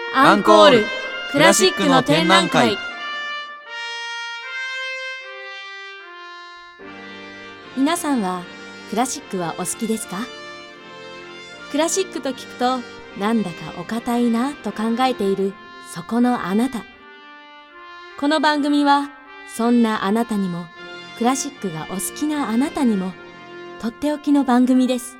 アンコールクラシックの展覧会。 皆さんはクラシックはお好きですか？クラシックと聞くとなんだかお堅いなと考えているそこのあなた。この番組はそんなあなたにもクラシックがお好きなあなたにもとっておきの番組です。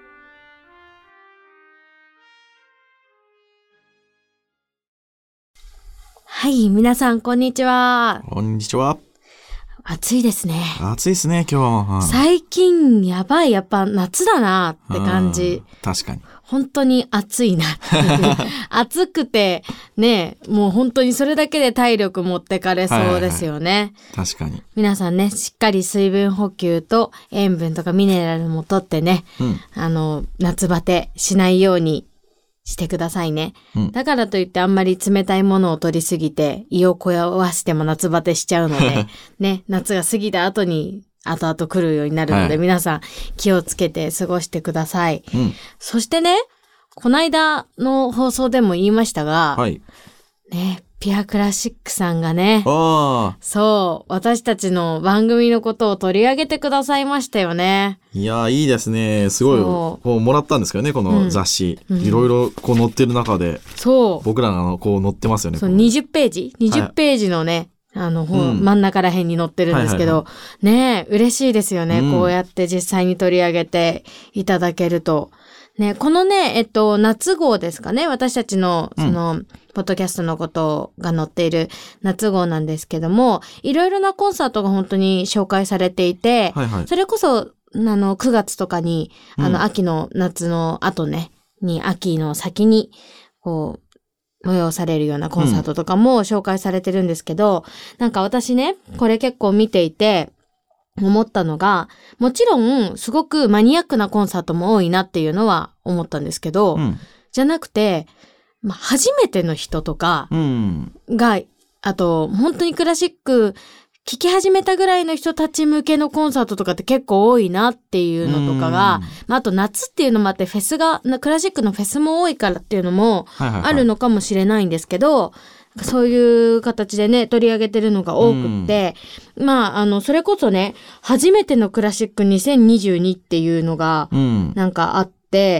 はい、皆さんこんにちは。 こんにちは。 暑いですね。 暑いですね今日。 最近やばい、やっぱ夏だなって感じ。 確かに。 本当に暑いなっていう暑くてね、もう本当にそれだけで体力持ってかれそうですよね。 確かに。 皆さんね、しっかり水分補給と塩分とかミネラルもとってね、夏バテしないようにしてくださいね。だからといってあんまり冷たいものを取りすぎて胃を壊しても夏バテしちゃうのでね、夏が過ぎた後に後々来るようになるので、皆さん気をつけて過ごしてください。そしてね、この間の放送でも言いましたが、ね、ピアクラシックさんがね、そう、私たちの番組のことを取り上げてくださいましたよね。 いや、いいですね。すごい、こうもらったんですけどね、この雑誌。いろいろこう載ってる中で、僕らがこう載ってますよね。 そう、20ページのね、真ん中ら辺に載ってるんですけど、ね、嬉しいですよね。こうやって実際に取り上げていただけると。ね、このね、夏号ですかね。私たちの、ポッドキャストのことが載っている夏号なんですけども、いろいろなコンサートが本当に紹介されていて、それこそ、9月とかに、秋の夏の後ね、秋の先に、こう、催されるようなコンサートとかも紹介されてるんですけど、なんか私ね、これ結構見ていて、思ったのが、もちろんすごくマニアックなコンサートも多いなっていうのは思ったんですけど、じゃなくて、初めての人とかが、あと本当にクラシック聴き始めたぐらいの人たち向けのコンサートとかって結構多いなっていうのとかが、あと夏っていうのもあってフェスが、クラシックのフェスも多いからっていうのもあるのかもしれないんですけど、そういう形でね、取り上げてるのが多くって、それこそね、初めてのクラシック2022っていうのが、なんかあって、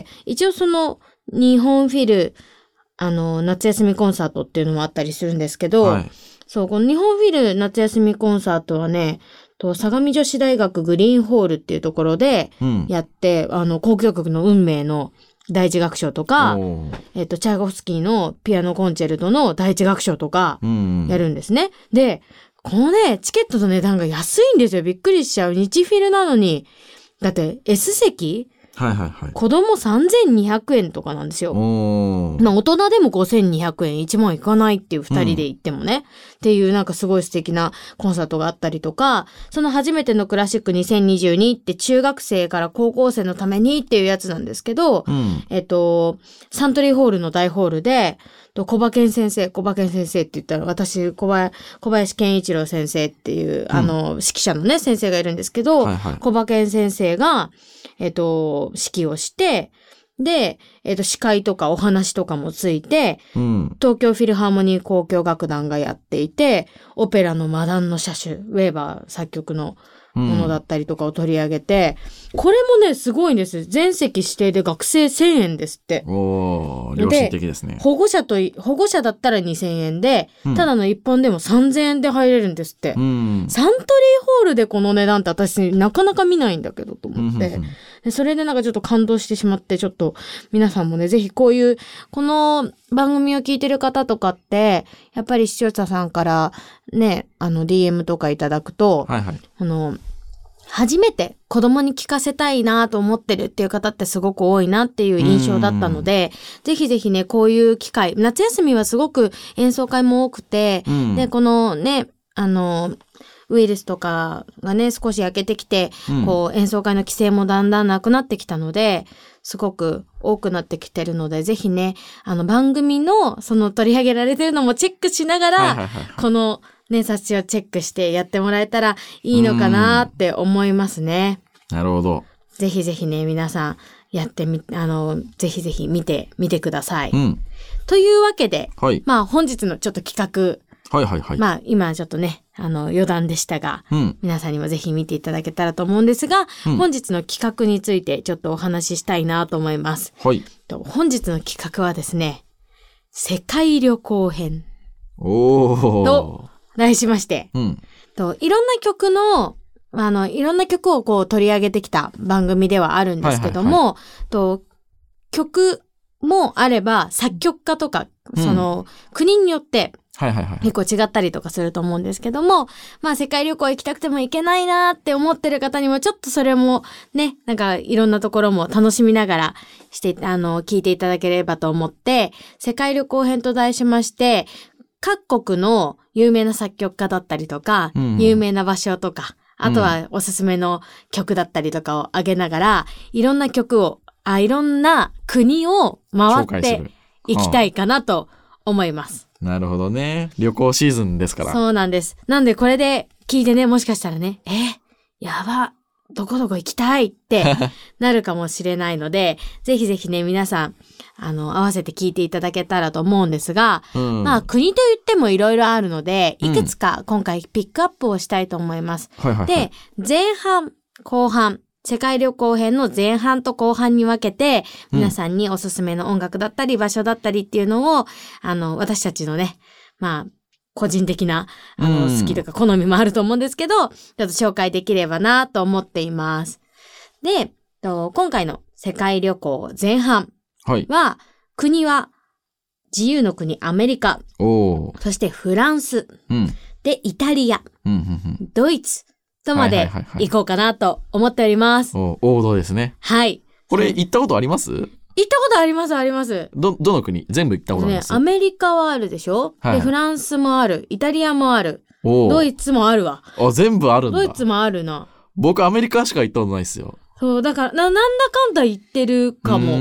一応その、日本フィル、夏休みコンサートっていうのもあったりするんですけど、そう、この日本フィル夏休みコンサートはね、相模女子大学グリーンホールっていうところでやって、交響曲の運命の第一楽章とか、チャイコフスキーのピアノコンチェルトの第一楽章とか、やるんですね。で、このね、チケットの値段が安いんですよ。びっくりしちゃう。日フィルなのに、だって S 席子供3200円とかなんですよ。大人でも5200円、1万いかないっていう2人で行ってもね。っていうなんかすごい素敵なコンサートがあったりとか、その初めてのクラシック2022って中学生から高校生のためにっていうやつなんですけど、サントリーホールの大ホールで、小馬健先生って言ったら私、小林健一郎先生っていう、指揮者のね、先生がいるんですけど、小馬健先生が、指揮をして、で、司会とかお話とかもついて、東京フィルハーモニー交響楽団がやっていて、オペラのマダンの車種、ウェーバー作曲のものだったりとかを取り上げて、これもね、すごいんです。全席指定で学生1000円ですって。 良心的ですね。 保護者だったら2000円で、ただの一般でも3000円で入れるんですって。サントリーホールでこの値段って私なかなか見ないんだけどと思って。でそれでなんかちょっと感動してしまって、ちょっと皆さんもね、ぜひこういう、この番組を聞いてる方とかって、やっぱり視聴者さんからね、DM とかいただくと、初めて子供に聞かせたいなと思ってるっていう方ってすごく多いなっていう印象だったので、ぜひぜひね、こういう機会、夏休みはすごく演奏会も多くて、で、このね、ウイルスとかがね、少し焼けてきて、こう演奏会の規制もだんだんなくなってきたので、すごく多くなってきてるので、ぜひね、番組のその取り上げられてるのもチェックしながら、このね、冊子をチェックしてやってもらえたらいいのかなって思いますね。 なるほど。 ぜひぜひね、皆さんやってぜひぜひ見てみてください。 うん、 というわけで、 はい、 まあ本日のちょっと企画、 はいはいはい。 まあ今ちょっとね、余談でしたが、 うん、 皆さんにもぜひ見ていただけたらと思うんですが、 うん、 本日の企画についてちょっとお話ししたいなと思います。 はい。 本日の企画はですね、世界旅行編と題しまして、 うん、 いろんな曲をこう取り上げてきた番組ではあるんですけども、曲もあれば作曲家とか、国によって結構違ったりとかすると思うんですけども、まあ世界旅行行きたくても行けないなって思ってる方にもちょっとそれもね、なんかいろんなところも楽しみながら聞いていただければと思って、世界旅行編と題しまして、各国の有名な作曲家だったりとか、有名な場所とか、あとはおすすめの曲だったりとかを挙げながら、いろんな国を回っていきたいかなと思います。 なるほどね。旅行シーズンですから。 そうなんです。なんでこれで聞いてね、もしかしたらね、やば、どこどこ行きたいってなるかもしれないので、ぜひぜひね、皆さん、合わせて聞いていただけたらと思うんですが、まあ、国といってもいろいろあるので、いくつか今回ピックアップをしたいと思います。で、前半、後半、世界旅行編の前半と後半に分けて、皆さんにおすすめの音楽だったり、場所だったりっていうのを、私たちのね、まあ、個人的な、好きとか好みもあると思うんですけど、ちょっと紹介できればなと思っています。で、今回の世界旅行前半は、国は自由の国アメリカ、そしてフランス、で、イタリア、ドイツとまで行こうかなと思っております。 王道ですね。 はい。 これ行ったことあります？ 行ったことあります、あります。 どの国？全部行ったことあります？ アメリカはあるでしょ？で、フランスもある。イタリアもある。ドイツもあるわ。 全部あるんだ。 ドイツもあるな。 僕アメリカしか行ったことないですよ。 そう、だから、なんだかんだ言ってるかも。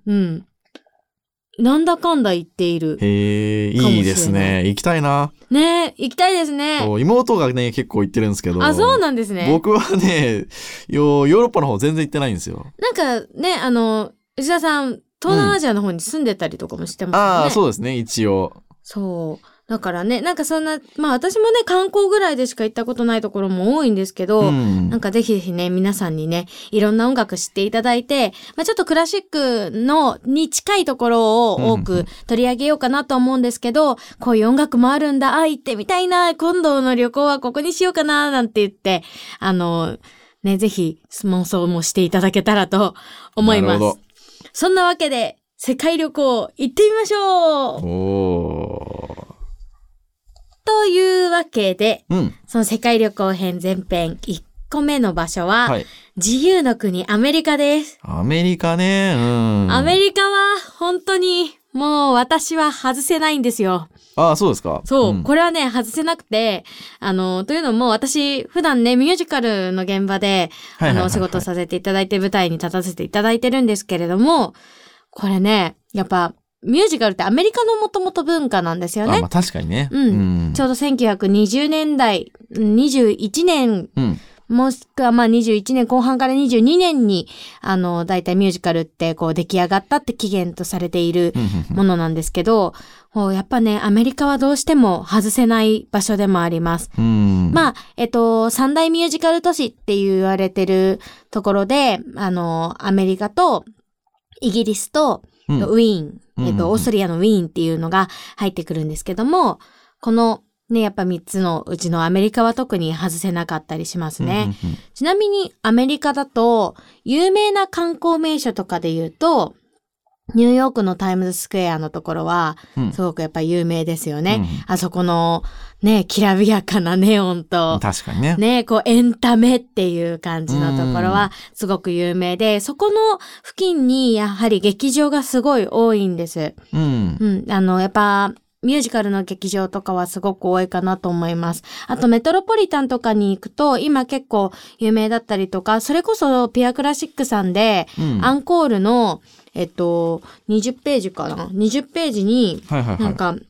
なんだかんだ言っている。 へえ、いいですね。行きたいな。 ね、行きたいですね。 妹がね、結構行ってるんですけど。 そうなんですね。 僕はね、ヨーロッパの方全然行ってないんですよ。 なんかね、内田さん、東南アジアの方に住んでたりとかもしてますよね。 そうですね、一応。 そう。だからね、なんかそんな、まあ私もね、観光ぐらいでしか行ったことないところも多いんですけど、なんかぜひぜひね、皆さんにね、いろんな音楽知っていただいて、まあちょっとクラシックに近いところを多く取り上げようかなと思うんですけど、こういう音楽もあるんだ、行ってみたいな、今度の旅行はここにしようかな、なんて言って、ね、ぜひ妄想もしていただけたらと思います。そんなわけで、世界旅行行ってみましょう。というわけで、その世界旅行編前編1個目の場所は、自由の国アメリカです。 アメリカね。 アメリカは本当にもう私は外せないんですよ。 そうですか。 そう、これはね、外せなくて、というのも私、普段ね、ミュージカルの現場で、お仕事させていただいて、舞台に立たせていただいてるんですけれども、これね、やっぱ、ミュージカルってアメリカのもともと文化なんですよね。 確かにね。 ちょうど1920年代、21年、もしくは21年後半から22年に、だいたいミュージカルってこう出来上がったって起源とされているものなんですけど、やっぱね、アメリカはどうしても外せない場所でもあります。三大ミュージカル都市って言われてるところで、アメリカとイギリスとウィーン、オーストリアのウィーンっていうのが入ってくるんですけども、このね、やっぱ3つのうちのアメリカは特に外せなかったりしますね。ちなみにアメリカだと有名な観光名所とかで言うと、ニューヨークのタイムズスクエアのところはすごくやっぱ有名ですよね。あそこのね、きらびやかなネオンと、 確かにね。 ね、こうエンタメっていう感じのところはすごく有名で、そこの付近にやはり劇場がすごい多いんです。やっぱミュージカルの劇場とかはすごく多いかなと思います。あとメトロポリタンとかに行くと今結構有名だったりとか、それこそピアクラシックさんで、アンコールの20ページかな ?20 ページになんか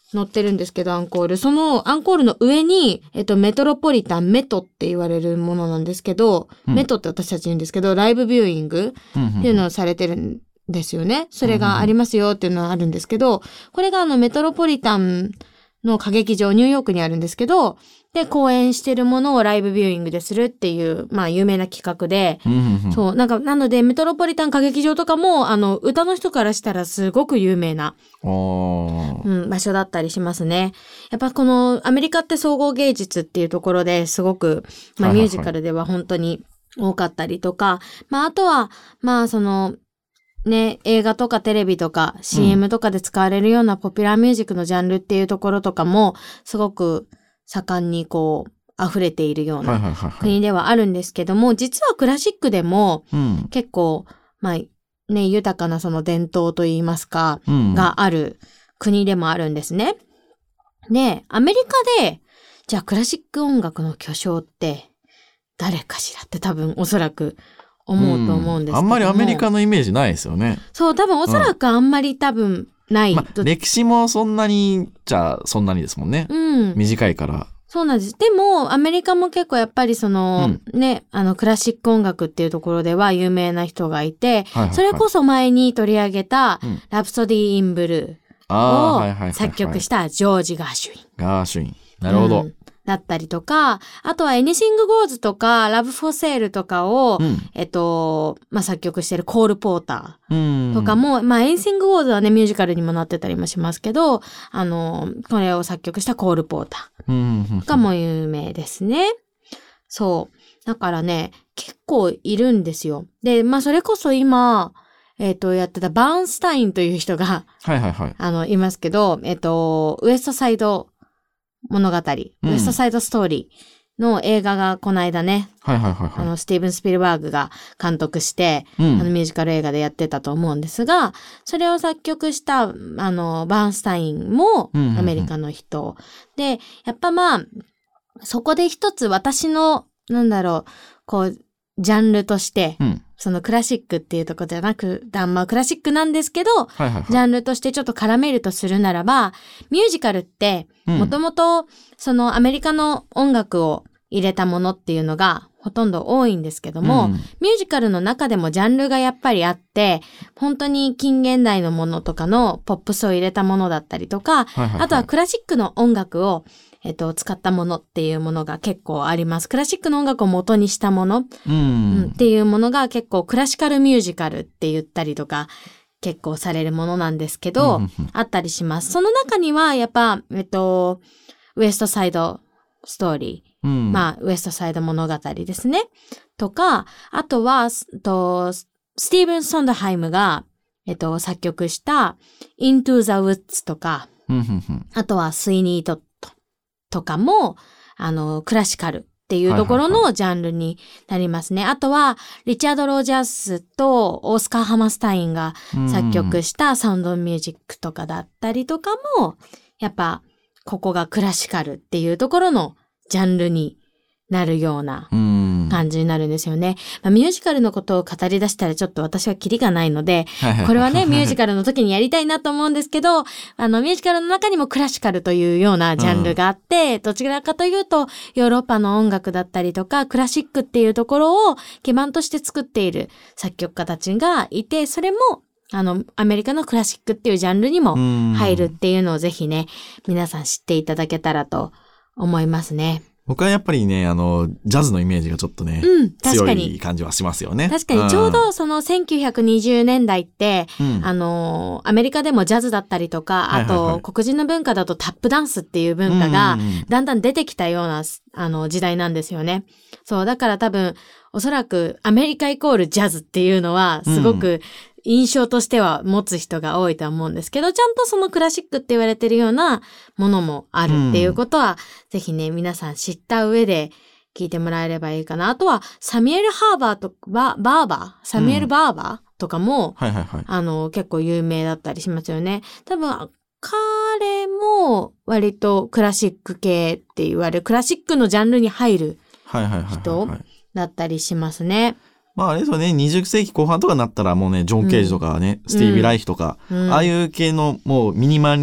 載ってるんですけど、アンコール。そのアンコールの上に、メトロポリタン、メトって言われるものなんですけど、メトって私たち言うんですけど、ライブビューイングっていうのをされてるんですよね。それがありますよっていうのはあるんですけど、これがメトロポリタンの歌劇場、ニューヨークにあるんですけど、で、公演してるものをライブビューイングでするっていう、まあ、有名な企画で、そう、なので、メトロポリタン歌劇場とかも、歌の人からしたらすごく有名な、場所だったりしますね。やっぱこの、アメリカって総合芸術っていうところですごく、まあ、ミュージカルでは本当に多かったりとか、まあ、あとは、まあ、ね、映画とかテレビとか CM とかで使われるようなポピュラーミュージックのジャンルっていうところとかもすごく盛んにこう溢れているような国ではあるんですけども、実はクラシックでも結構、まあね、豊かなその伝統といいますか、がある国でもあるんですね。で、アメリカでじゃあクラシック音楽の巨匠って誰かしらって多分おそらく思うと思うんですけども、 あんまりアメリカのイメージないですよね。 そう、多分おそらくあんまり多分ない。 歴史もそんなにじゃあそんなにですもんね。短いから。 そうなんです。でもアメリカも結構やっぱりね、クラシック音楽っていうところでは有名な人がいて、それこそ前に取り上げたラプソディ・イン・ブルーを作曲したジョージ・ガーシュイン。 ガーシュイン。なるほど。 だったりとか、あとは Anything Goes とか Love for Sale とかを、まあ、作曲してるコール・ポーターとかも、まあ、Anything Goes はね、ミュージカルにもなってたりもしますけど、これを作曲したコール・ポーターとかも有名ですね。そう。だからね、結構いるんですよ。で、まあ、それこそ今、やってたバーンスタインという人が、いますけど、ウエストサイド物語、ウエストサイドストーリーの映画がこの間ね、スティーブン・スピルバーグが監督して、ミュージカル映画でやってたと思うんですが、それを作曲した、バーンスタインもアメリカの人。で、やっぱまあ、そこで一つ私の、こう、ジャンルとして、そのクラシックっていうところじゃなく、まあクラシックなんですけど、ジャンルとしてちょっと絡めるとするならば、ミュージカルって、もともとそのアメリカの音楽を入れたものっていうのがほとんど多いんですけども、ミュージカルの中でもジャンルがやっぱりあって、本当に近現代のものとかのポップスを入れたものだったりとか、あとはクラシックの音楽を使ったものっていうものが結構あります。クラシックの音楽を元にしたもの、っていうものが結構クラシカルミュージカルって言ったりとか結構されるものなんですけど、あったりします。その中にはやっぱ、ウエストサイドストーリー、まあウエストサイド物語ですね。とか、あとは、スティーブン・ソンダハイムが、作曲した Into the Woods とか、あとはスイニー・トットとかも、クラシカルっていうところのジャンルになりますね。あとは、リチャード・ロジャースとオースカー・ハマスタインが作曲したサウンドミュージックとかだったりとかも、やっぱ、ここがクラシカルっていうところのジャンルになるような感じになるんですよね。まあ、ミュージカルのことを語り出したらちょっと私はキリがないので、これはね、ミュージカルの時にやりたいなと思うんですけど、ミュージカルの中にもクラシカルというようなジャンルがあって、どちらかというと、ヨーロッパの音楽だったりとか、クラシックっていうところを基盤として作っている作曲家たちがいて、それもアメリカのクラシックっていうジャンルにも入るっていうのをぜひね、皆さん知っていただけたらと思いますね。 僕はやっぱりね、ジャズのイメージがちょっとね、強い感じはしますよね。 確かに、ちょうどその1920年代って、アメリカでもジャズだったりとか、あと、黒人の文化だとタップダンスっていう文化が、だんだん出てきたような、時代なんですよね。そう、だから多分、おそらくアメリカイコールジャズっていうのは、すごく、印象としては持つ人が多いとは思うんですけど、ちゃんとそのクラシックって言われてるようなものもあるっていうことは、ぜひね、皆さん知った上で聞いてもらえればいいかな。あとは、サミュエル・バーバーとかも、結構有名だったりしますよね。多分、彼も割とクラシック系って言われる、クラシックのジャンルに入る人だったりしますね。 まああれですよね、20世紀後半とかになったらもうね、ジョン・ケージとかね、スティービー・ライヒとか、ああいう系のもうミニマ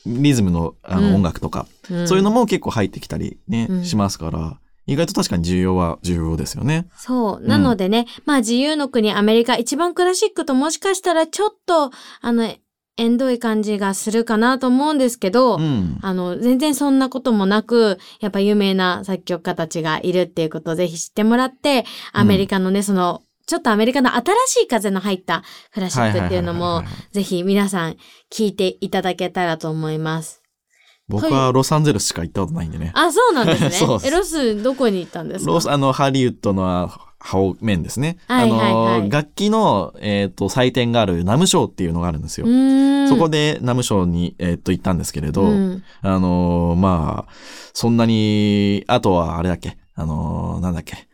リズムの音楽とか、そういうのも結構入ってきたりね、しますから、意外と確かに重要ですよね。 そう。なのでね、まあ自由の国アメリカ一番クラシックともしかしたらちょっと、縁遠い感じがするかなと思うんですけど、全然そんなこともなく、やっぱ有名な作曲家たちがいるっていうことをぜひ知ってもらって、アメリカのね、ちょっとアメリカの新しい風の入ったクラシックっていうのも、ぜひ皆さん聞いていただけたらと思います。 僕はロサンゼルスしか行ったことないんでね。 あ、そうなんですね。 そうです。 ロスどこに行ったんですか？ ハリウッドの方面ですね。楽器の、祭典があるナムショーっていうのがあるんですよ。そこでナムショーに、行ったんですけれど、まあ、そんなに、あとはあれだっけ、なんだっけ、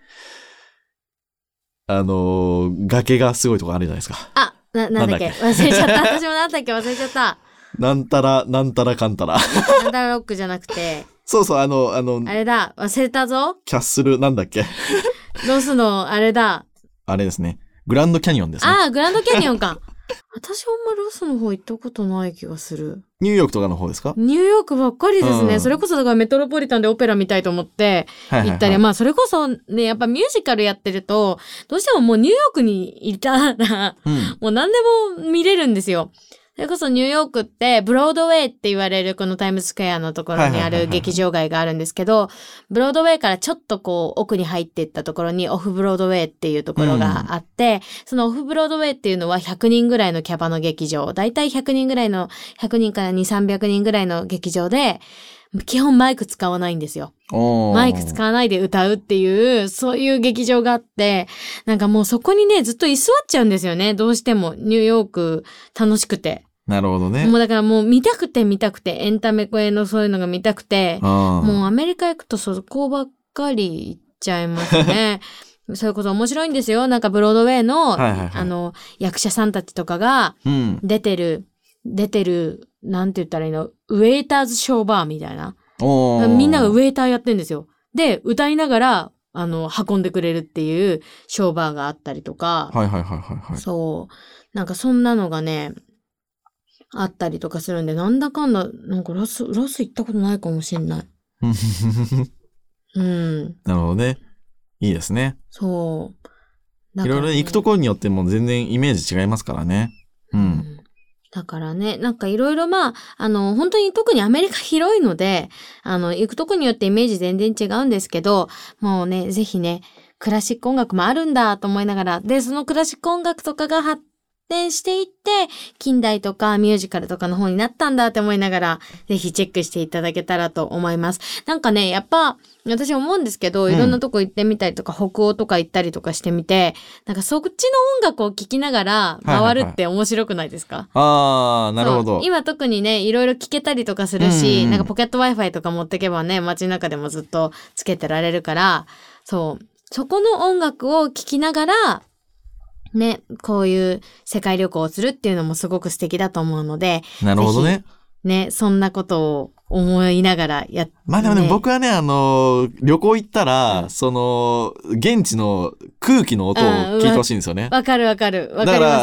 崖がすごいとこあるじゃないですか。 あ、なんだっけ忘れちゃった。私もなんだっけ忘れちゃった。 なんたらかんたら。 なんたらロックじゃなくて。 そうそう、あれだ、忘れたぞ。 キャッスル、なんだっけロスの、あれだ。 あれですね。グランドキャニオンですね。 ああ、グランドキャニオンか。私ほんまロスの方行ったことない気がする。 ニューヨークとかの方ですか？ ニューヨークばっかりですね。それこそだからメトロポリタンでオペラ見たいと思って行ったり、まあそれこそね、やっぱミュージカルやってると、どうしてももうニューヨークにいたら、もう何でも見れるんですよ。それこそニューヨークってブロードウェイって言われるこのタイムズスクエアのところにある劇場街があるんですけど、ブロードウェイからちょっとこう奥に入っていったところにオフブロードウェイっていうところがあって、そのオフブロードウェイっていうのは100人ぐらいのキャパの劇場、だいたい100人ぐらいの、100人から2、300人ぐらいの劇場で、基本マイク使わないんですよ。マイク使わないで歌うっていう、そういう劇場があって、なんかもうそこにね、ずっと居座っちゃうんですよね。どうしてもニューヨーク楽しくて。 なるほどね。 もうだからもう見たくてエンタメ系のそういうのが見たくて、もうアメリカ行くとそこばっかり行っちゃいますね。そういうこと面白いんですよ。なんかブロードウェイの、役者さんたちとかが出てる、なんて言ったらいいの、ウェイターズショーバーみたいな。みんながウェイターやってんですよ。で、歌いながら、運んでくれるっていうショーバーがあったりとか。そう。なんかそんなのがね、あったりとかするんで、なんだかんだ、なんかロス行ったことないかもしんない。 なるほどね。いいですね。 そう。 いろいろ行くところによっても全然イメージ違いますからね。 だからね、なんかいろいろまあ、本当に特にアメリカ広いので、行くとこによってイメージ全然違うんですけど、もうね、ぜひね、クラシック音楽もあるんだと思いながら、で、そのクラシック音楽とかが発展していって、近代とかミュージカルとかの方になったんだって思いながら、ぜひチェックしていただけたらと思います。なんかね、やっぱ、私思うんですけど、いろんなとこ行ってみたりとか、北欧とか行ったりとかしてみて、なんかそっちの音楽を聴きながら回るって面白くないですか？ ああ、なるほど。 今特にね、いろいろ聴けたりとかするし、なんかポケット Wi-Fi とか持ってけばね、街中でもずっとつけてられるから、そこの音楽を聴きながら、ね、こういう世界旅行をするっていうのもすごく素敵だと思うので。 なるほどね。 ね、そんなことを思いながらまあでもね、僕はね、旅行行ったら、現地の空気の音を聞いてほしいんですよね。 わかる。だから、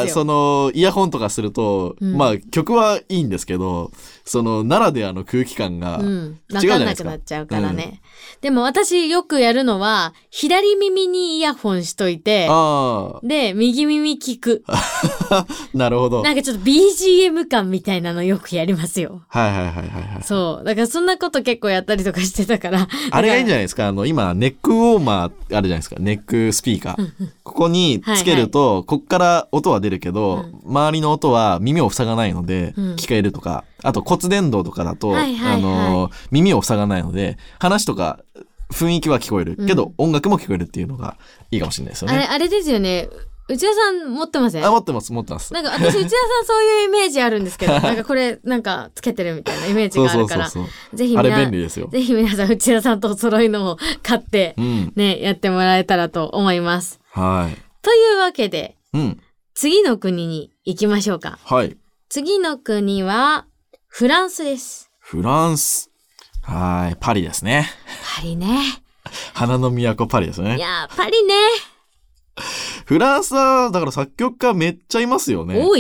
イヤホンとかすると、まあ曲はいいんですけど、ならではの空気感が違うじゃないですか。 わかんなくなっちゃうからね。でも私よくやるのは、左耳にイヤホンしといて、で、右耳聞く。 なるほど。 なんかちょっと BGM 感みたいなのよくやりますよ。そう。だからそんなこと結構やったりとかしてたから。 あれがいいんじゃないですか。今、ネックウォーマーあるじゃないですか。ネックスピーカー。ここにつけると、こっから音は出るけど、周りの音は耳を塞がないので、聞こえるとか、あと骨伝導とかだと、耳を塞がないので、話とか雰囲気は聞こえるけど、音楽も聞こえるっていうのがいいかもしれないですよね。 あれですよね。内田さん持ってません？ 持ってます。 なんか私内田さんそういうイメージあるんですけど、なんかこれなんかつけてるみたいなイメージがあるから、ぜひあれ便利ですよ。 ぜひ皆さん内田さんとお揃いのを買って、ね、やってもらえたらと思います。 はい。 というわけで、次の国に行きましょうか。 はい。 次の国はフランスです。 フランス。はい。パリですね。 パリね。 花の都パリですね。 いやー、パリね。 フランスは、だから作曲家めっちゃいますよね。 多い。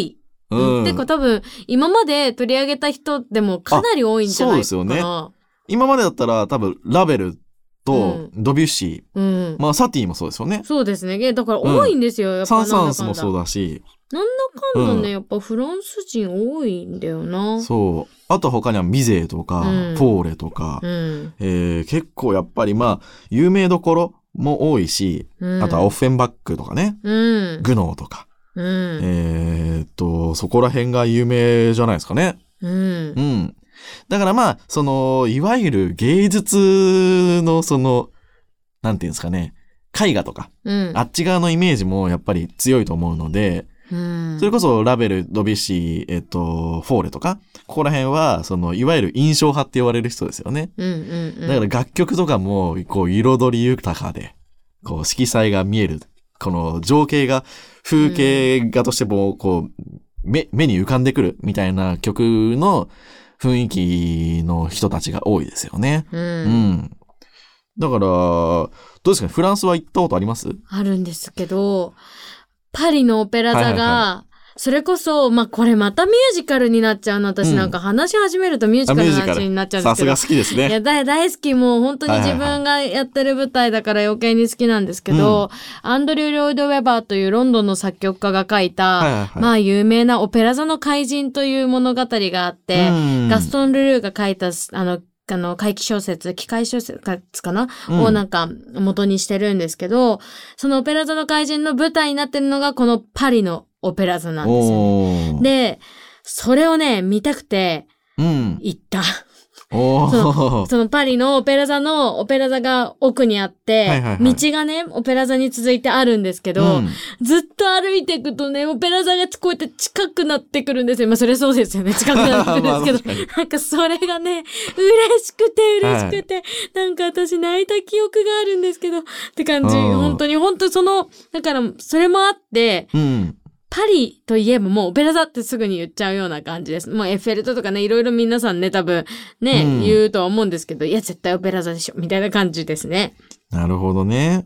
うん。 てか多分、今まで取り上げた人でもかなり多いんじゃないかな。 そうですよね。今までだったら多分、ラベルとドビュッシー、まあサティもそうですよね。 そうですね。だから多いんですよ。やっぱサン・サンスもそうだし。 なんだかんだね、やっぱフランス人多いんだよな。 そう。あと他にはミゼーとか、フォーレとか、結構やっぱりまあ、有名どころも多いし、あとはオッフェンバックとかね、グノーとか、そこら辺が有名じゃないですかね。だからまあ、いわゆる芸術のなんていうんですかね、絵画とか、あっち側のイメージもやっぱり強いと思うので、それこそラベル、ドビュッシー、フォーレとか、ここら辺は、いわゆる印象派って言われる人ですよね。だから楽曲とかも、こう、彩り豊かで、こう、色彩が見える。この情景が、風景画としても、こう、目に浮かんでくるみたいな曲の雰囲気の人たちが多いですよね。だから、どうですかね、フランスは行ったことあります？ あるんですけど、パリのオペラ座が、それこそ、まあ、これまたミュージカルになっちゃうの。私なんか話し始めるとミュージカルの話になっちゃうんですけど。 さすが好きですね。 いや、大好き。もう本当に自分がやってる舞台だから余計に好きなんですけど、アンドリュー・ロイド・ウェバーというロンドンの作曲家が書いた、まあ、有名なオペラ座の怪人という物語があって、ガストン・ルルーが書いた、怪奇小説、機械小説かな、をなんか元にしてるんですけど、そのオペラ座の怪人の舞台になってるのがこのパリのオペラ座なんですよね。で、それをね、見たくて、行った。そのパリのオペラ座が奥にあって、道がね、オペラ座に続いてあるんですけど、ずっと歩いていくとね、オペラ座がこうやって近くなってくるんですよ。まあそれそうですよね。近くなってくるんですけど、なんかそれがね、嬉しくて、なんか私泣いた記憶があるんですけど、って感じ。本当にだからそれもあって、パリといえばもうオペラ座ってすぐに言っちゃうような感じです。もうエッフェル塔とかね、いろいろ皆さんね、多分ね、言うとは思うんですけど、いや、絶対オペラ座でしょ、みたいな感じですね。 なるほどね。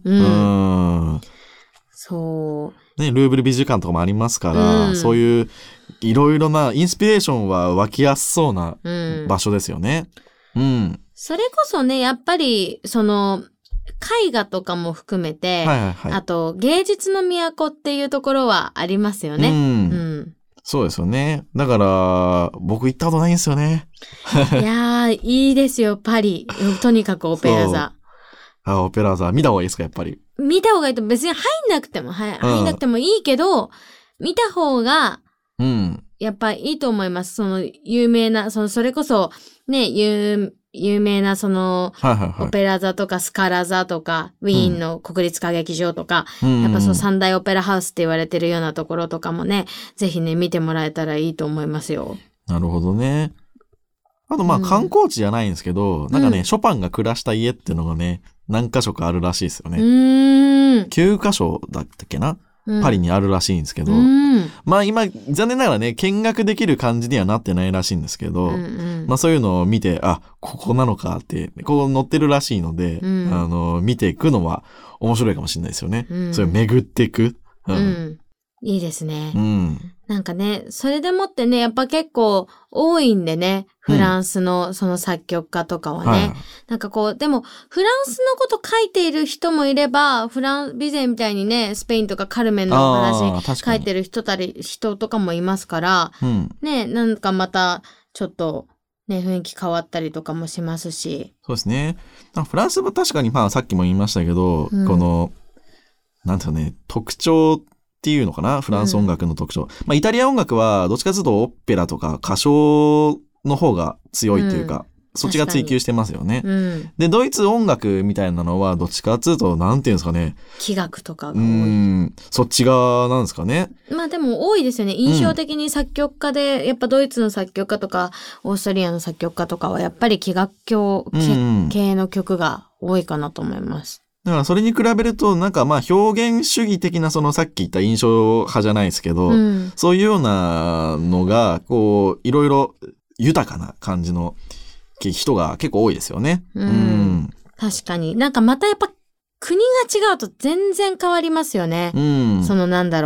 そう。 ね、ルーブル美術館とかもありますから、そういういろいろなインスピレーションは湧きやすそうな場所ですよね。 それこそね、やっぱり、絵画とかも含めて、あと芸術の都っていうところはありますよね。 そうですよね。だから、僕行ったことないんですよね。 いやー、いいですよ、パリ。とにかくオペラ座。 オペラ座。見た方がいいですか、やっぱり。 見た方がいいと、別に入んなくてもいいけど、見た方が、やっぱいいと思います。有名な、それこそ、ね、有名なオペラ座とかスカラ座とか、ウィーンの国立歌劇場とか、やっぱ三大オペラハウスって言われてるようなところとかもね、ぜひね、見てもらえたらいいと思いますよ。 なるほどね。あとまあ観光地じゃないんですけど、なんかね、ショパンが暮らした家っていうのがね、何箇所かあるらしいですよね。9箇所だったっけな、パリにあるらしいんですけど、まあ今残念ながらね見学できる感じにはなってないらしいんですけど、まあそういうのを見て、あ、ここなのかってこう載ってるらしいので、見ていくのは面白いかもしれないですよね。それを巡っていく。 いいですね。なんかね、それでもってね、やっぱ結構多いんでね、フランスのその作曲家とかはね。なんかこう、でもフランスのこと書いている人もいれば、ビゼみたいにね、スペインとかカルメンの話書いてる人とかもいますから、ね、なんかまたちょっとね、雰囲気変わったりとかもしますし。 そうですね。フランスは確かにまあさっきも言いましたけど、この、なんていうのね、特徴っていうのかな、フランス音楽の特徴。まあイタリア音楽はどっちかというとオペラとか歌唱の方が強いというか、そっちが追求してますよね。で、ドイツ音楽みたいなのはどっちかというと、なんていうんですかね。 器楽とかが多い。 そっち側なんですかね。 まあでも多いですよね。印象的に作曲家で、やっぱドイツの作曲家とか、オーストリアの作曲家とかはやっぱり器楽系の曲が多いかなと思います。 だからそれに比べると、なんかまあ表現主義的なさっき言った印象派じゃないですけど、そういうようなのが、こう、いろいろ豊かな感じの人が結構多いですよね。 確かに。なんかまたやっぱ国が違うと全然変わりますよね。なんだろう。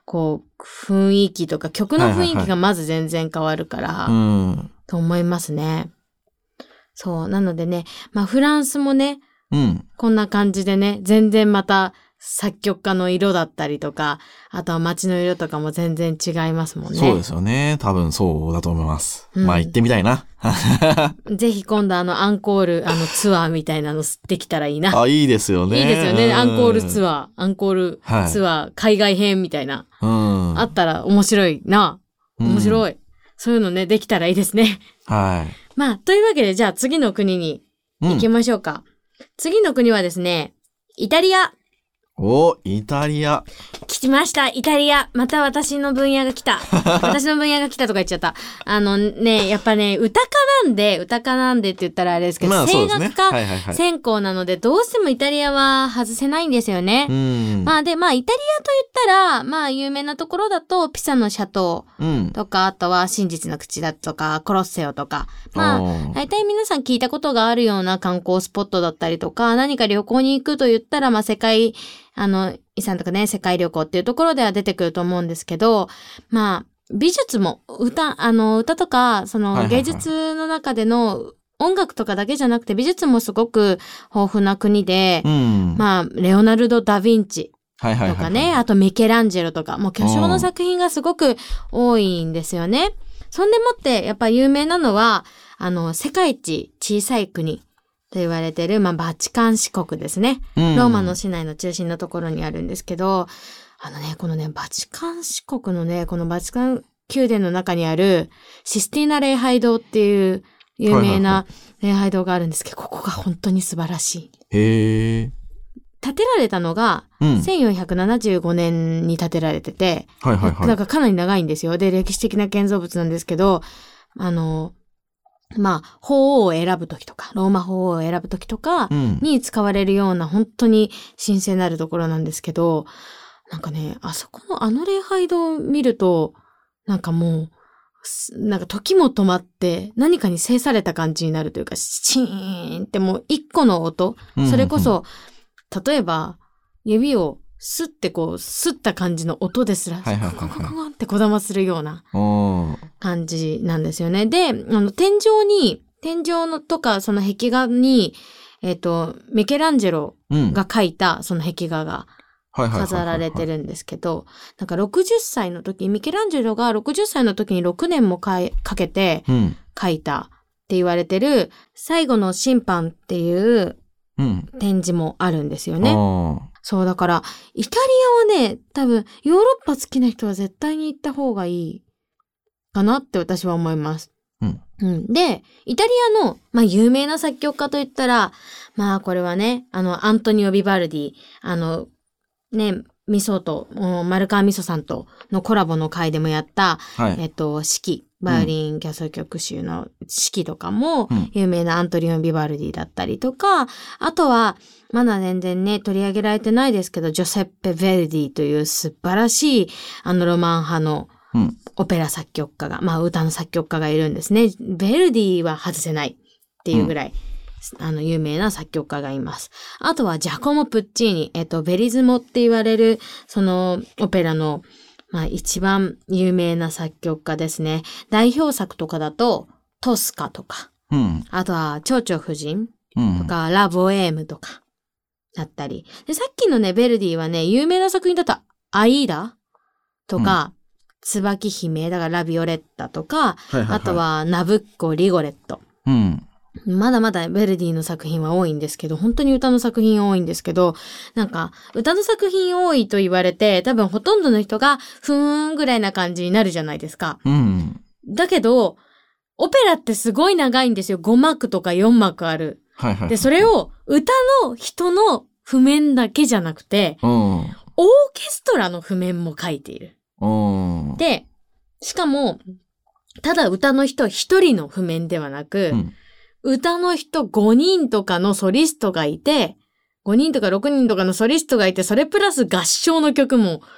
こう、雰囲気とか、曲の雰囲気がまず全然変わるから、と思いますね。そう。なのでね、まあフランスもね、こんな感じでね、全然また作曲家の色だったりとか、あとは街の色とかも全然違いますもんね。 そうですよね。多分そうだと思います。まあ行ってみたいな。 ぜひ今度アンコール、ツアーみたいなのできたらいいな。 いいですよね。 いいですよね。アンコールツアー、海外編みたいな。あったら面白いな。面白い。そういうのね、できたらいいですね。 はい。 まあ、というわけで、じゃあ次の国に行きましょうか。次の国はですね、イタリア。 イタリア。 来ました、イタリア。また私の分野が来た。私の分野が来たとか言っちゃった。やっぱね、歌家なんでって言ったらあれですけど、声楽家専攻なので、どうしてもイタリアは外せないんですよね。まあ、イタリアと言ったら、まあ、有名なところだと、ピサのシャトーとか、あとは真実の口だとか、コロッセオとか。まあ、大体皆さん聞いたことがあるような観光スポットだったりとか、何か旅行に行くと言ったら、まあ、世界、遺産とかね、世界旅行っていうところでは出てくると思うんですけど、まあ、美術も、歌とか、芸術の中での音楽とかだけじゃなくて、美術もすごく豊富な国で、まあ、レオナルド・ダ・ヴィンチとかね、あとミケランジェロとか、もう巨匠の作品がすごく多いんですよね。そんでもって、やっぱ有名なのは、世界一小さい国。と言われてる、まあ、バチカン市国ですね。ローマの市内の中心のところにあるんですけど、このね、バチカン市国のね、このバチカン宮殿の中にあるシスティーナ礼拝堂っていう有名な礼拝堂があるんですけど、ここが本当に素晴らしい。建てられたのが、1475年に建てられてて、だからかなり長いんですよ。で、歴史的な建造物なんですけど、まあ、法王を選ぶときとか、ローマ法王を選ぶときとかに使われるような本当に神聖なるところなんですけど、なんかね、あそこの礼拝堂を見ると、なんかもう、なんか時も止まって何かに制された感じになるというか、チーンってもう一個の音、それこそ、例えば指をスッてこう、スッた感じの音ですら、コンってこだまするような感じなんですよね。で、天井のとか、その壁画に、ミケランジェロが描いた、その壁画が飾られてるんですけど、なんか60歳の時、ミケランジェロが60歳の時に6年もかけて描いたって言われてる、最後の審判っていう展示もあるんですよね。そう、だから、イタリアはね、多分、ヨーロッパ好きな人は絶対に行った方がいいかなって私は思います。で、イタリアの、まあ、有名な作曲家といったら、まあ、これはね、アントニオ・ビバルディ、ミソと、丸川ミソさんとのコラボの回でもやった、四季、バイオリン協奏曲集の四季とかも、有名なアントニオ・ビバルディだったりとか、あとは、まだ全然ね、取り上げられてないですけど、ジョセッペ・ヴェルディという素晴らしい、ロマン派のオペラ作曲家が、まあ、歌の作曲家がいるんですね。ヴェルディは外せないっていうぐらい、有名な作曲家がいます。あとは、ジャコモ・プッチーニ、ベリズモって言われる、その、オペラの、まあ、一番有名な作曲家ですね。代表作とかだと、トスカとか、あとは、蝶々夫人とか、ラ・ボエームとか、だったり。で、さっきのね、ヴェルディはね、有名な作品だと、アイーダとか、椿姫、だからラ・ビオレッタとか、あとは、ナブッコ・リゴレット。まだまだヴェルディの作品は多いんですけど、本当に歌の作品多いんですけど、なんか、歌の作品多いと言われて、多分ほとんどの人が、ふーんぐらいな感じになるじゃないですか。だけど、オペラってすごい長いんですよ。5幕とか4幕ある。で、それを歌の人の譜面だけじゃなくて、オーケストラの譜面も書いている。で、しかも、ただ歌の人1人の譜面ではなく、歌の人5人とかのソリストがいて、5人とか6人とかのソリストがいて、それプラス合唱の曲も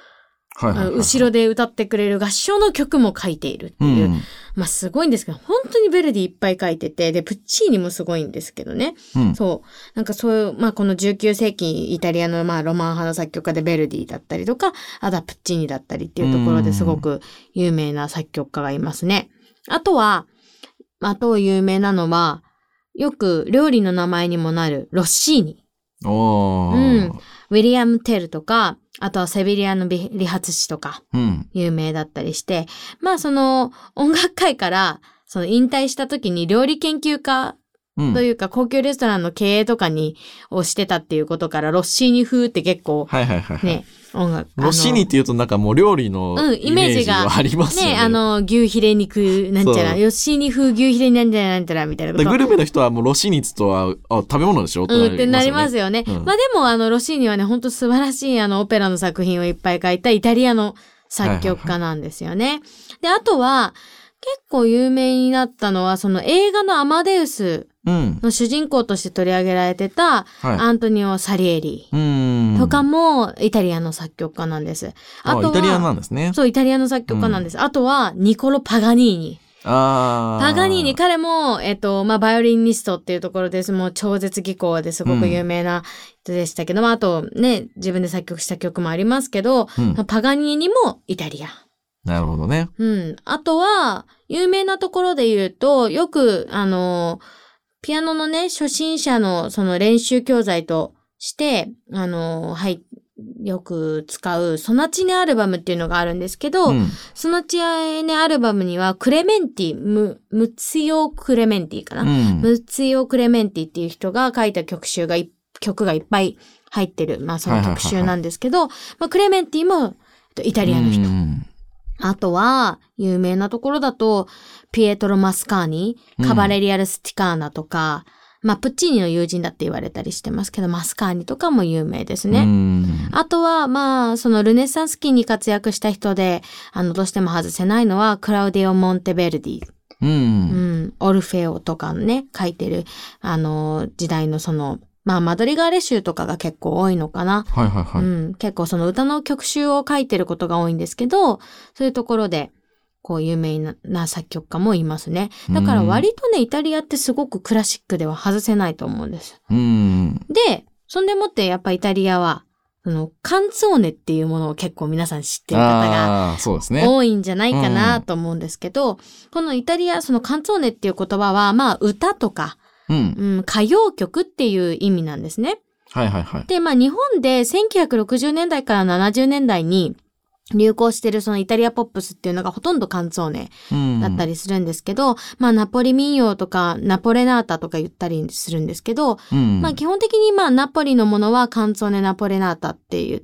後ろで歌ってくれる合唱の曲も書いているっていう。まあすごいんですけど、本当にヴェルディいっぱい書いてて、で、プッチーニもすごいんですけどね。そう。なんかそういう、まあこの19世紀イタリアのまあロマン派の作曲家でヴェルディだったりとか、あとはプッチーニだったりっていうところですごく有名な作曲家がいますね。あと有名なのは、よく料理の名前にもなるロッシーニ。ウィリアム・テルとか、あとはセビリアの理髪師とか、有名だったりして、まあその音楽界からその引退した時に料理研究家というか高級レストランの経営とかをしてたっていうことからロッシーニ風って結構ね、音楽。 ロッシーニって言うとなんかもう料理のイメージがありますよね。 ね、牛ヒレ肉なんちゃら、ロッシーニ風牛ヒレなんちゃらなんちゃらみたいなこと。 グルメの人はもうロッシーニとは食べ物でしょってなりますよね。まあでもロッシーニはね、本当素晴らしいオペラの作品をいっぱい書いたイタリアの作曲家なんですよね。で、あとは結構有名になったのはその映画のアマデウスの主人公として取り上げられてたアントニオ・サリエリとかもイタリアの作曲家なんです。 あとはイタリアなんですね。 そう、イタリアの作曲家なんです。あとはニコロ・パガニーニ。パガニーニ、彼も、まあ、バイオリニストっていうところです。もう超絶技巧ですごく有名な人でしたけど、あとね、自分で作曲した曲もありますけど、パガニーニもイタリア。 なるほどね。 あとは、有名なところで言うと、よく、ピアノのね、初心者のその練習教材として、よく使うソナチネアルバムっていうのがあるんですけど、ソナチネアルバムにはクレメンティ、ムツィオ・クレメンティかな、ムツィオ・クレメンティっていう人が書いた曲がいっぱい入ってる、まあその曲集なんですけど、まあクレメンティもイタリアの人。あとは、有名なところだと、ピエトロ・マスカーニ、カバレリアル・スティカーナとか、まあ、プッチーニの友人だって言われたりしてますけど、マスカーニとかも有名ですね。あとは、まあ、そのルネサンス期に活躍した人で、どうしても外せないのは、クラウディオ・モンテベルディ。オルフェオとかね、書いてる、時代のその、まあ、マドリガーレ集とかが結構多いのかな。結構その歌の曲集を書いてることが多いんですけど、そういうところで、こう有名な作曲家もいますね。だから割とね、イタリアってすごくクラシックでは外せないと思うんです。で、そんでもってやっぱイタリアは、カンツォーネっていうものを結構皆さん知ってる方が多いんじゃないかなと思うんですけど、このイタリア、そのカンツォーネっていう言葉は、まあ歌とか、歌謡曲っていう意味なんですね。で、まあ日本で1960年代から70年代に流行してるそのイタリアポップスっていうのがほとんどカンツォーネだったりするんですけど、まあナポリ民謡とかナポレナータとか言ったりするんですけど、まあ基本的にまあナポリのものはカンツォーネナポレナータって言って、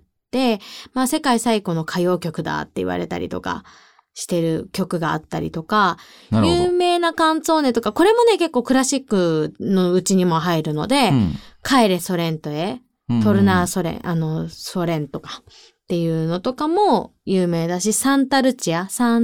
まあ世界最古の歌謡曲だって言われたりとかしてる曲があったりとか、有名なカンツォーネとか、これもね結構クラシックのうちにも入るので、帰れソレントへ、トルナーソレン、ソレンとかっていうのとかも有名だし、サンタルチア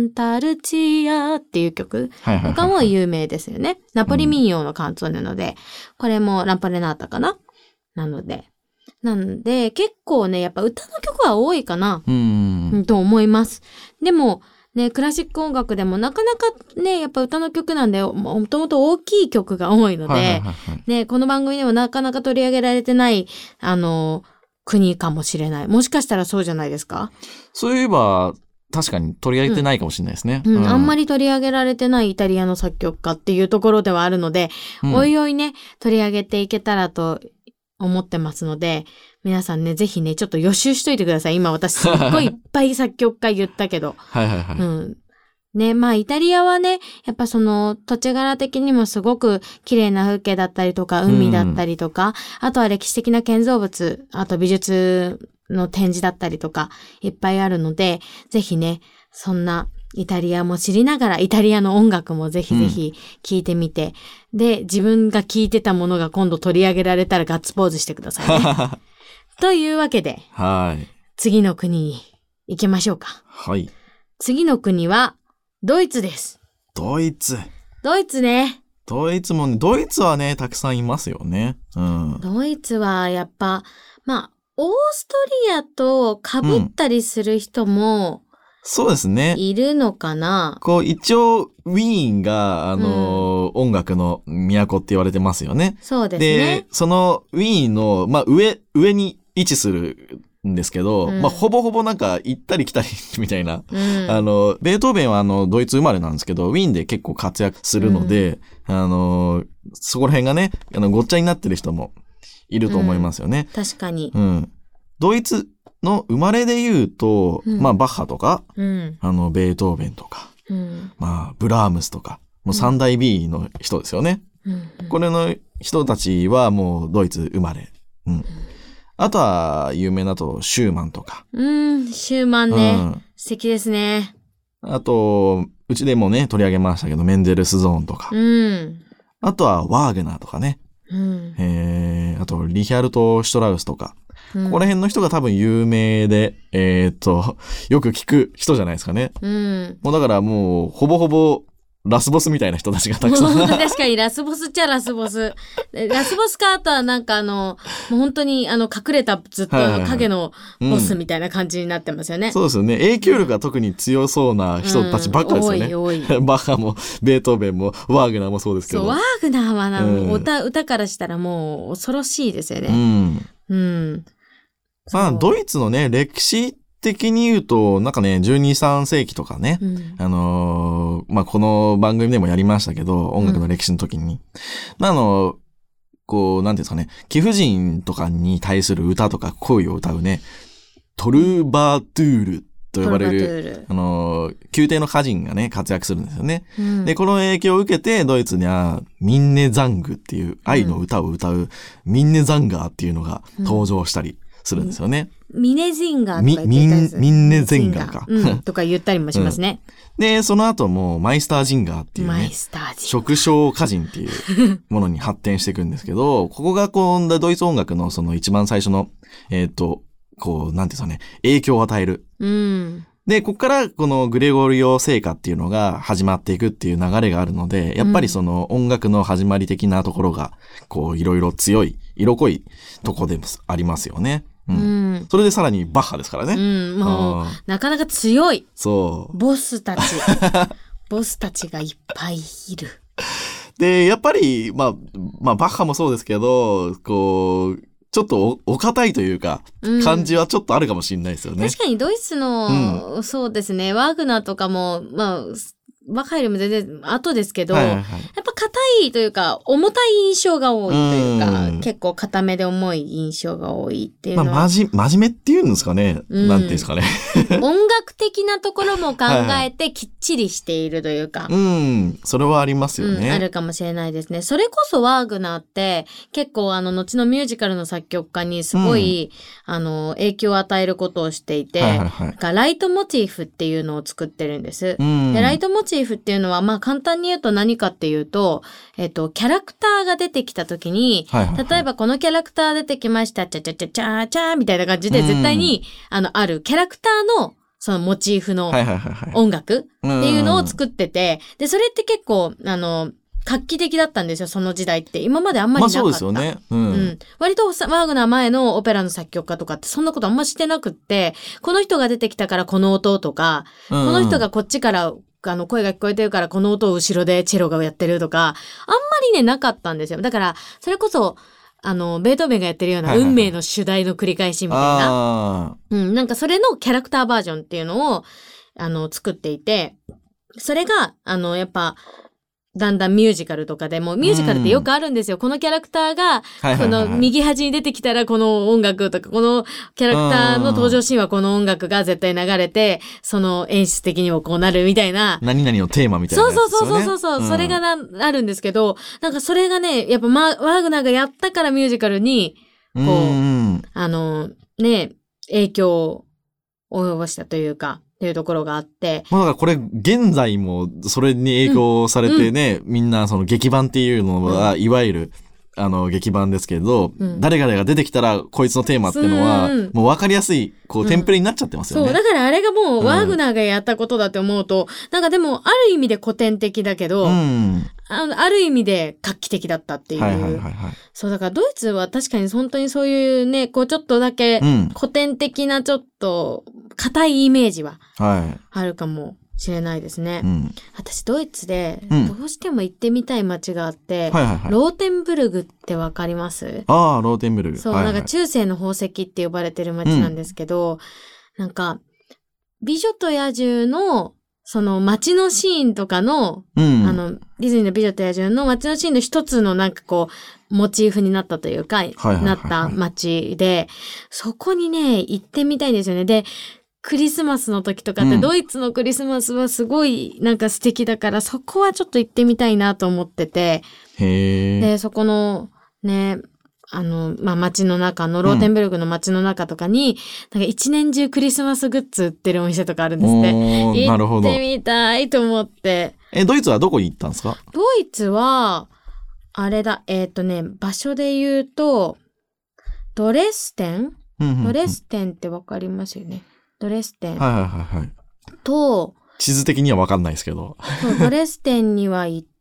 っていう曲とかも有名ですよね。ナポリ民謡のカンツォーネなので、これもナポレナータかななんで結構ね、やっぱ歌の曲は多いかなと思います。でも、ね、クラシック音楽でもなかなかね、やっぱ歌の曲なんで、もともと大きい曲が多いので、ね、この番組でもなかなか取り上げられてない、国かもしれない。もしかしたらそうじゃないですか？ そういえば、確かに取り上げてないかもしれないですね。 あんまり取り上げられてないイタリアの作曲家っていうところではあるので、おいおいね、取り上げていけたらと思ってますので、皆さんね、ぜひね、ちょっと予習しといてください。今私すっごいいっぱい作曲家言ったけど。ね、まあイタリアはね、やっぱその土地柄的にもすごく綺麗な風景だったりとか、海だったりとか、あとは歴史的な建造物、あと美術の展示だったりとか、いっぱいあるので、ぜひね、そんなイタリアも知りながら、イタリアの音楽もぜひぜひ聴いてみて、で、自分が聴いてたものが今度取り上げられたらガッツポーズしてくださいね。というわけで、次の国に行きましょうか。次の国は、ドイツです。 ドイツね。 ドイツはね、たくさんいますよね。 ドイツはやっぱ、まあ、 オーストリアと被ったりする人も、 そうですね。 いるのかな。 こう、一応、ウィーンが、音楽の都って言われてますよね。 そうですね。 で、そのウィーンの、上に位置するんですけど、ほぼほぼなんか行ったり来たりみたいな。ベートーベンはドイツ生まれなんですけど、ウィーンで結構活躍するので、そこら辺がね、ごっちゃになってる人もいると思いますよね。 確かに。 ドイツの生まれで言うと、バッハとか、ベートーベンとか、ブラームスとか、もう三大 B の人ですよね。これの人たちはもうドイツ生まれ。あとは有名だとシューマンとか。 シューマンね。素敵ですね。 あと、うちでもね、取り上げましたけど、メンデルスゾーンとか。あとはワーグナーとかね。あと、リヒャルト・シュトラウスとか。ここら辺の人が多分有名で、よく聞く人じゃないですかね。もうだからもう、ほぼほぼ、ラスボスみたいな人たちがたくさん。 確かにラスボスっちゃラスボス。ラスボスか、あとはなんかもう本当に隠れたずっと影のボスみたいな感じになってますよね。 そうですよね。影響力が特に強そうな人たちばっかですよね。 多い。 バッハも、ベートーベンも、ワーグナーもそうですけど。 そう、ワーグナーは歌からしたらもう恐ろしいですよね。 ドイツのね、歴史的に言うと、なんかね、12、3世紀とかね、この番組でもやりましたけど、音楽の歴史の時に。こう、なんていうんですかね、貴婦人とかに対する歌とか恋を歌うね、トルバトゥールと呼ばれる、宮廷の歌人がね、活躍するんですよね。で、この影響を受けて、ドイツには、ミンネザングっていう愛の歌を歌う、ミンネザンガーっていうのが登場したりするんですよね。 ミネジンガーとか言ってたミンネゼンガーか。 とか言ったりもしますね。 で、その後もマイスタージンガーっていうね、食傷歌人っていうものに発展していくんですけど、ここがドイツ音楽のその一番最初の、こう、なんていうんですかね、影響を与える。で、ここからこのグレゴリオ聖歌っていうのが始まっていくっていう流れがあるので、やっぱりその音楽の始まり的なところが、こう、いろいろ強い、色濃いとこでもありますよね。それでさらにバッハですからね。 もう、なかなか強い。 そう。 ボスたちがいっぱいいる。 で、やっぱり、バッハもそうですけど、こう、ちょっとお堅いというか、感じはちょっとあるかもしれないですよね。 確かにドイツの、そうですね、ワーグナーとかも、バッハよりも全然後ですけど、やっぱ硬いというか、重たい印象が多いというか、結構硬めで重い印象が多いっていうのは。 真面目っていうんですかね。なんていうんですかね。 音楽的なところも考えてきっちりしているというか。 それはありますよね。 あるかもしれないですね。それこそワーグナーって結構後のミュージカルの作曲家にすごい、影響を与えることをしていて、ライトモチーフっていうのを作ってるんです。でライトモチーフっていうのは、簡単に言うと何かっていうと、キャラクターが出てきたときに、例えばこのキャラクター出てきました、チャチャチャチャーチャーみたいな感じで、絶対に、あるキャラクターの、そのモチーフの音楽っていうのを作ってて、で、それって結構、画期的だったんですよ、その時代って。今まであんまりなかった。 そうですよね。 割とワーグナー前のオペラの作曲家とかってそんなことあんましてなくって、この人が出てきたからこの音とか、この人がこっちから声が聞こえてるからこの音を後ろでチェロがやってるとか、あんまりね、なかったんですよ。だから、それこそ、ベートーベンがやってるような運命の主題の繰り返しみたいな。なんかそれのキャラクターバージョンっていうのを、作っていて、それが、やっぱ、だんだんミュージカルとかでも、ミュージカルってよくあるんですよ。このキャラクターが、この右端に出てきたらこの音楽とか、このキャラクターの登場シーンはこの音楽が絶対流れて、その演出的にもこうなるみたいな。 何々のテーマみたいなやつですよね。 そう。それがあるんですけど、なんかそれがね、やっぱワーグナーがやったからミュージカルに、こう、影響を及ぼしたというか、っていうところがあって。 だからこれ、現在もそれに影響されてね、みんなその劇版っていうのは、いわゆる、 劇版ですけど、 うん誰々が出てきたらこいつのテーマっていうのは、もう分かりやすい、テンプレになっちゃってますよね。 そう、だからあれがもうワーグナーがやったことだって思うと、なんかでもある意味で古典的だけど、ある意味で画期的だったっていう。そう、だからドイツは確かに本当にそういうね、ちょっとだけ古典的なちょっと硬いイメージはあるかもしれないですね。私ドイツでどうしても行ってみたい街があって、ローテンブルグってわかります？ ああ、ローテンブルグ。 そう、なんか中世の宝石って呼ばれてる街なんですけど、なんか美女と野獣のその街のシーンとかの、ディズニーの美女と野獣の街のシーンの一つのなんかモチーフになったというか、なった街で、そこにね、行ってみたいんですよね。で、クリスマスの時とかって、ドイツのクリスマスはすごいなんか素敵だから、そこはちょっと行ってみたいなと思ってて、で、そこのね、街の中の、ローテンブルグの街の中とかに、なんか一年中クリスマスグッズ売ってるお店とかあるんですって。 なるほど。 行ってみたいと思って。 ドイツはどこに行ったんですか？ ドイツは、あれだ、場所で言うと、ドレステンってわかりますよね。ドレステン。と、 地図的にはわかんないですけど。 そう、ドレステンには行って、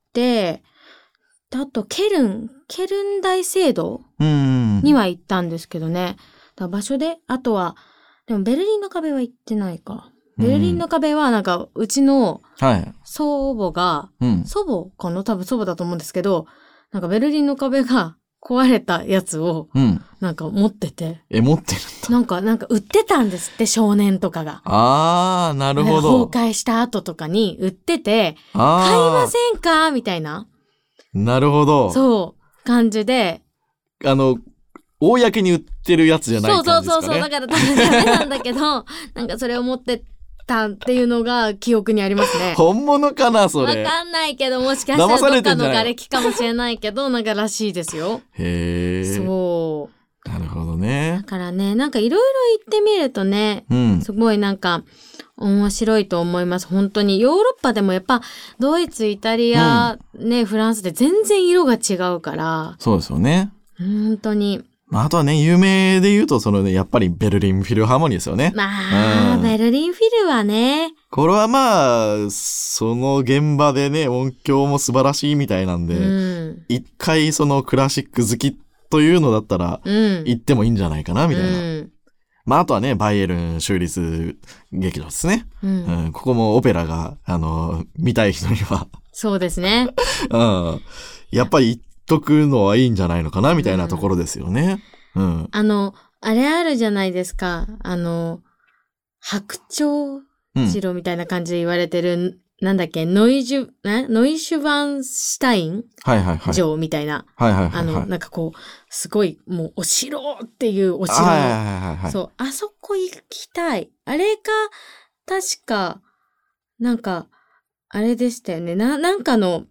あと、ケルン大聖堂には行ったんですけどね。だから場所で、あとは、でもベルリンの壁は行ってないか。ベルリンの壁はなんか、うちの祖母が、祖母かな？多分祖母だと思うんですけど、なんかベルリンの壁が壊れたやつを、なんか持ってて。 持ってるんだ。 なんか売ってたんですって、少年とかが。 ああ、なるほど。 崩壊した後とかに売ってて、買いませんかみたいな。 なるほど。 そう、感じで。 公に売ってるやつじゃない感じですかね。 そう。だから多分ダメなんだけど、なんかそれを持ってたっていうのが記憶にありますね。 本物かな、それ。 わかんないけど、もしかしたらどっかの瓦礫かもしれないけど、なんからしいですよ。 へー。 そう。 なるほどね。 だからね、なんかいろいろ行ってみるとね、すごいなんか面白いと思います。本当に。ヨーロッパでもやっぱドイツ、イタリア、フランスで全然色が違うから。 そうですよね。 本当に。 あとはね、有名で言うと、やっぱりベルリンフィルハーモニーですよね。 ベルリンフィルはね。 これはその現場でね、音響も素晴らしいみたいなんで、一回クラシック好きというのだったら、行ってもいいんじゃないかな、みたいな。あとはね、バイエルン州立劇場ですね。ここもオペラが、見たい人には。 そうですね。 やっぱり行っとくのはいいんじゃないのかな、みたいなところですよね。 あれあるじゃないですか。白鳥城みたいな感じで言われてる、なんだっけ、ノイシュバンシュタイン城みたいな。なんかすごい、もうお城っていうお城。そう、あそこ行きたい。あれが、確か、なんか、あれでしたよね。なんかの、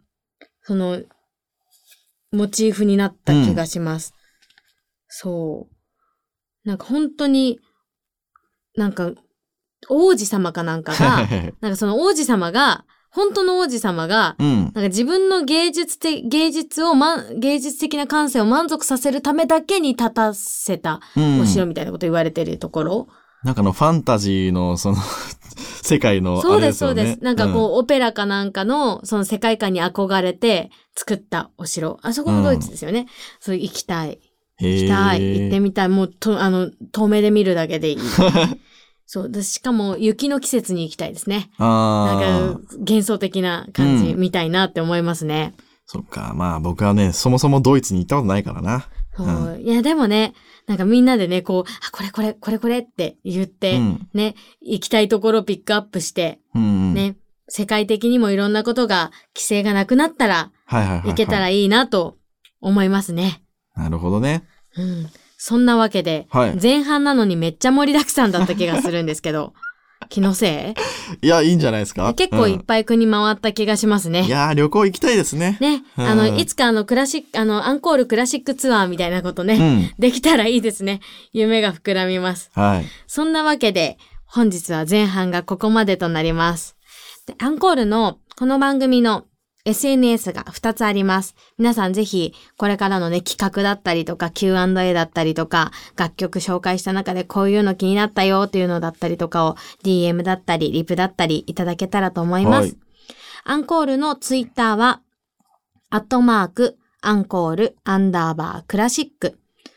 モチーフになった気がします。そう。なんか本当に、なんか、王子様かなんかが、なんかその王子様が、本当の王子様が、なんか自分の芸術的な感性を満足させるためだけに立たせたお城みたいなこと言われてるところ。 なんかファンタジーの世界のあれですよね。 そうです。なんかオペラかなんかのその世界観に憧れて作ったお城。あそこもドイツですよね。そう行きたい。行ってみたい。もう遠目で見るだけでいい。そう。しかも雪の季節に行きたいですね。なんか幻想的な感じみたいなって思いますね。 そっか。僕はね、そもそもドイツに行ったことないからな。 いや、でもね、なんかみんなでね、これって言って、ね、行きたいところをピックアップして、ね、世界的にもいろんなことが、規制がなくなったら、行けたらいいなと思いますね。 なるほどね。 そんなわけで、前半なのにめっちゃ盛りだくさんだった気がするんですけど、気のせい？いや、いいんじゃないですか？ 結構いっぱい国回った気がしますね。 いやー、旅行行きたいですね。 ね。いつかアンコールクラシックツアーみたいなことね、できたらいいですね。夢が膨らみます。そんなわけで、本日は前半がここまでとなります。でアンコールのこの番組の SNS が2つあります。皆さんぜひこれからのね企画だったりとか Q&A だったりとか楽曲紹介した中でこういうの気になったよっていうのだったりとかを DM だったりリプだったりいただけたらと思います。はい、アンコールのツイッターはアンコール_クラシック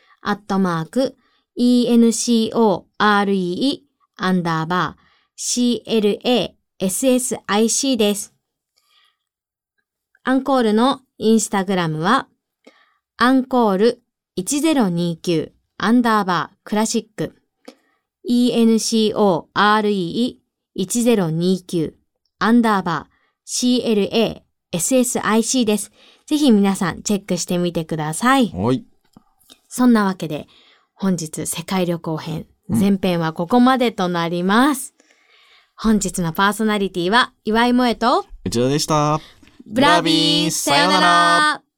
ENCORE_CLASSIC です。アンコールのインスタグラムはアンコール1029クラシック ENCORE1029CLASSIC です。ぜひ皆さんチェックしてみてください。 はい。 そんなわけで本日世界旅行編前編はここまでとなります。本日のパーソナリティは岩井萌と内田でした。 ブラビーさよなら。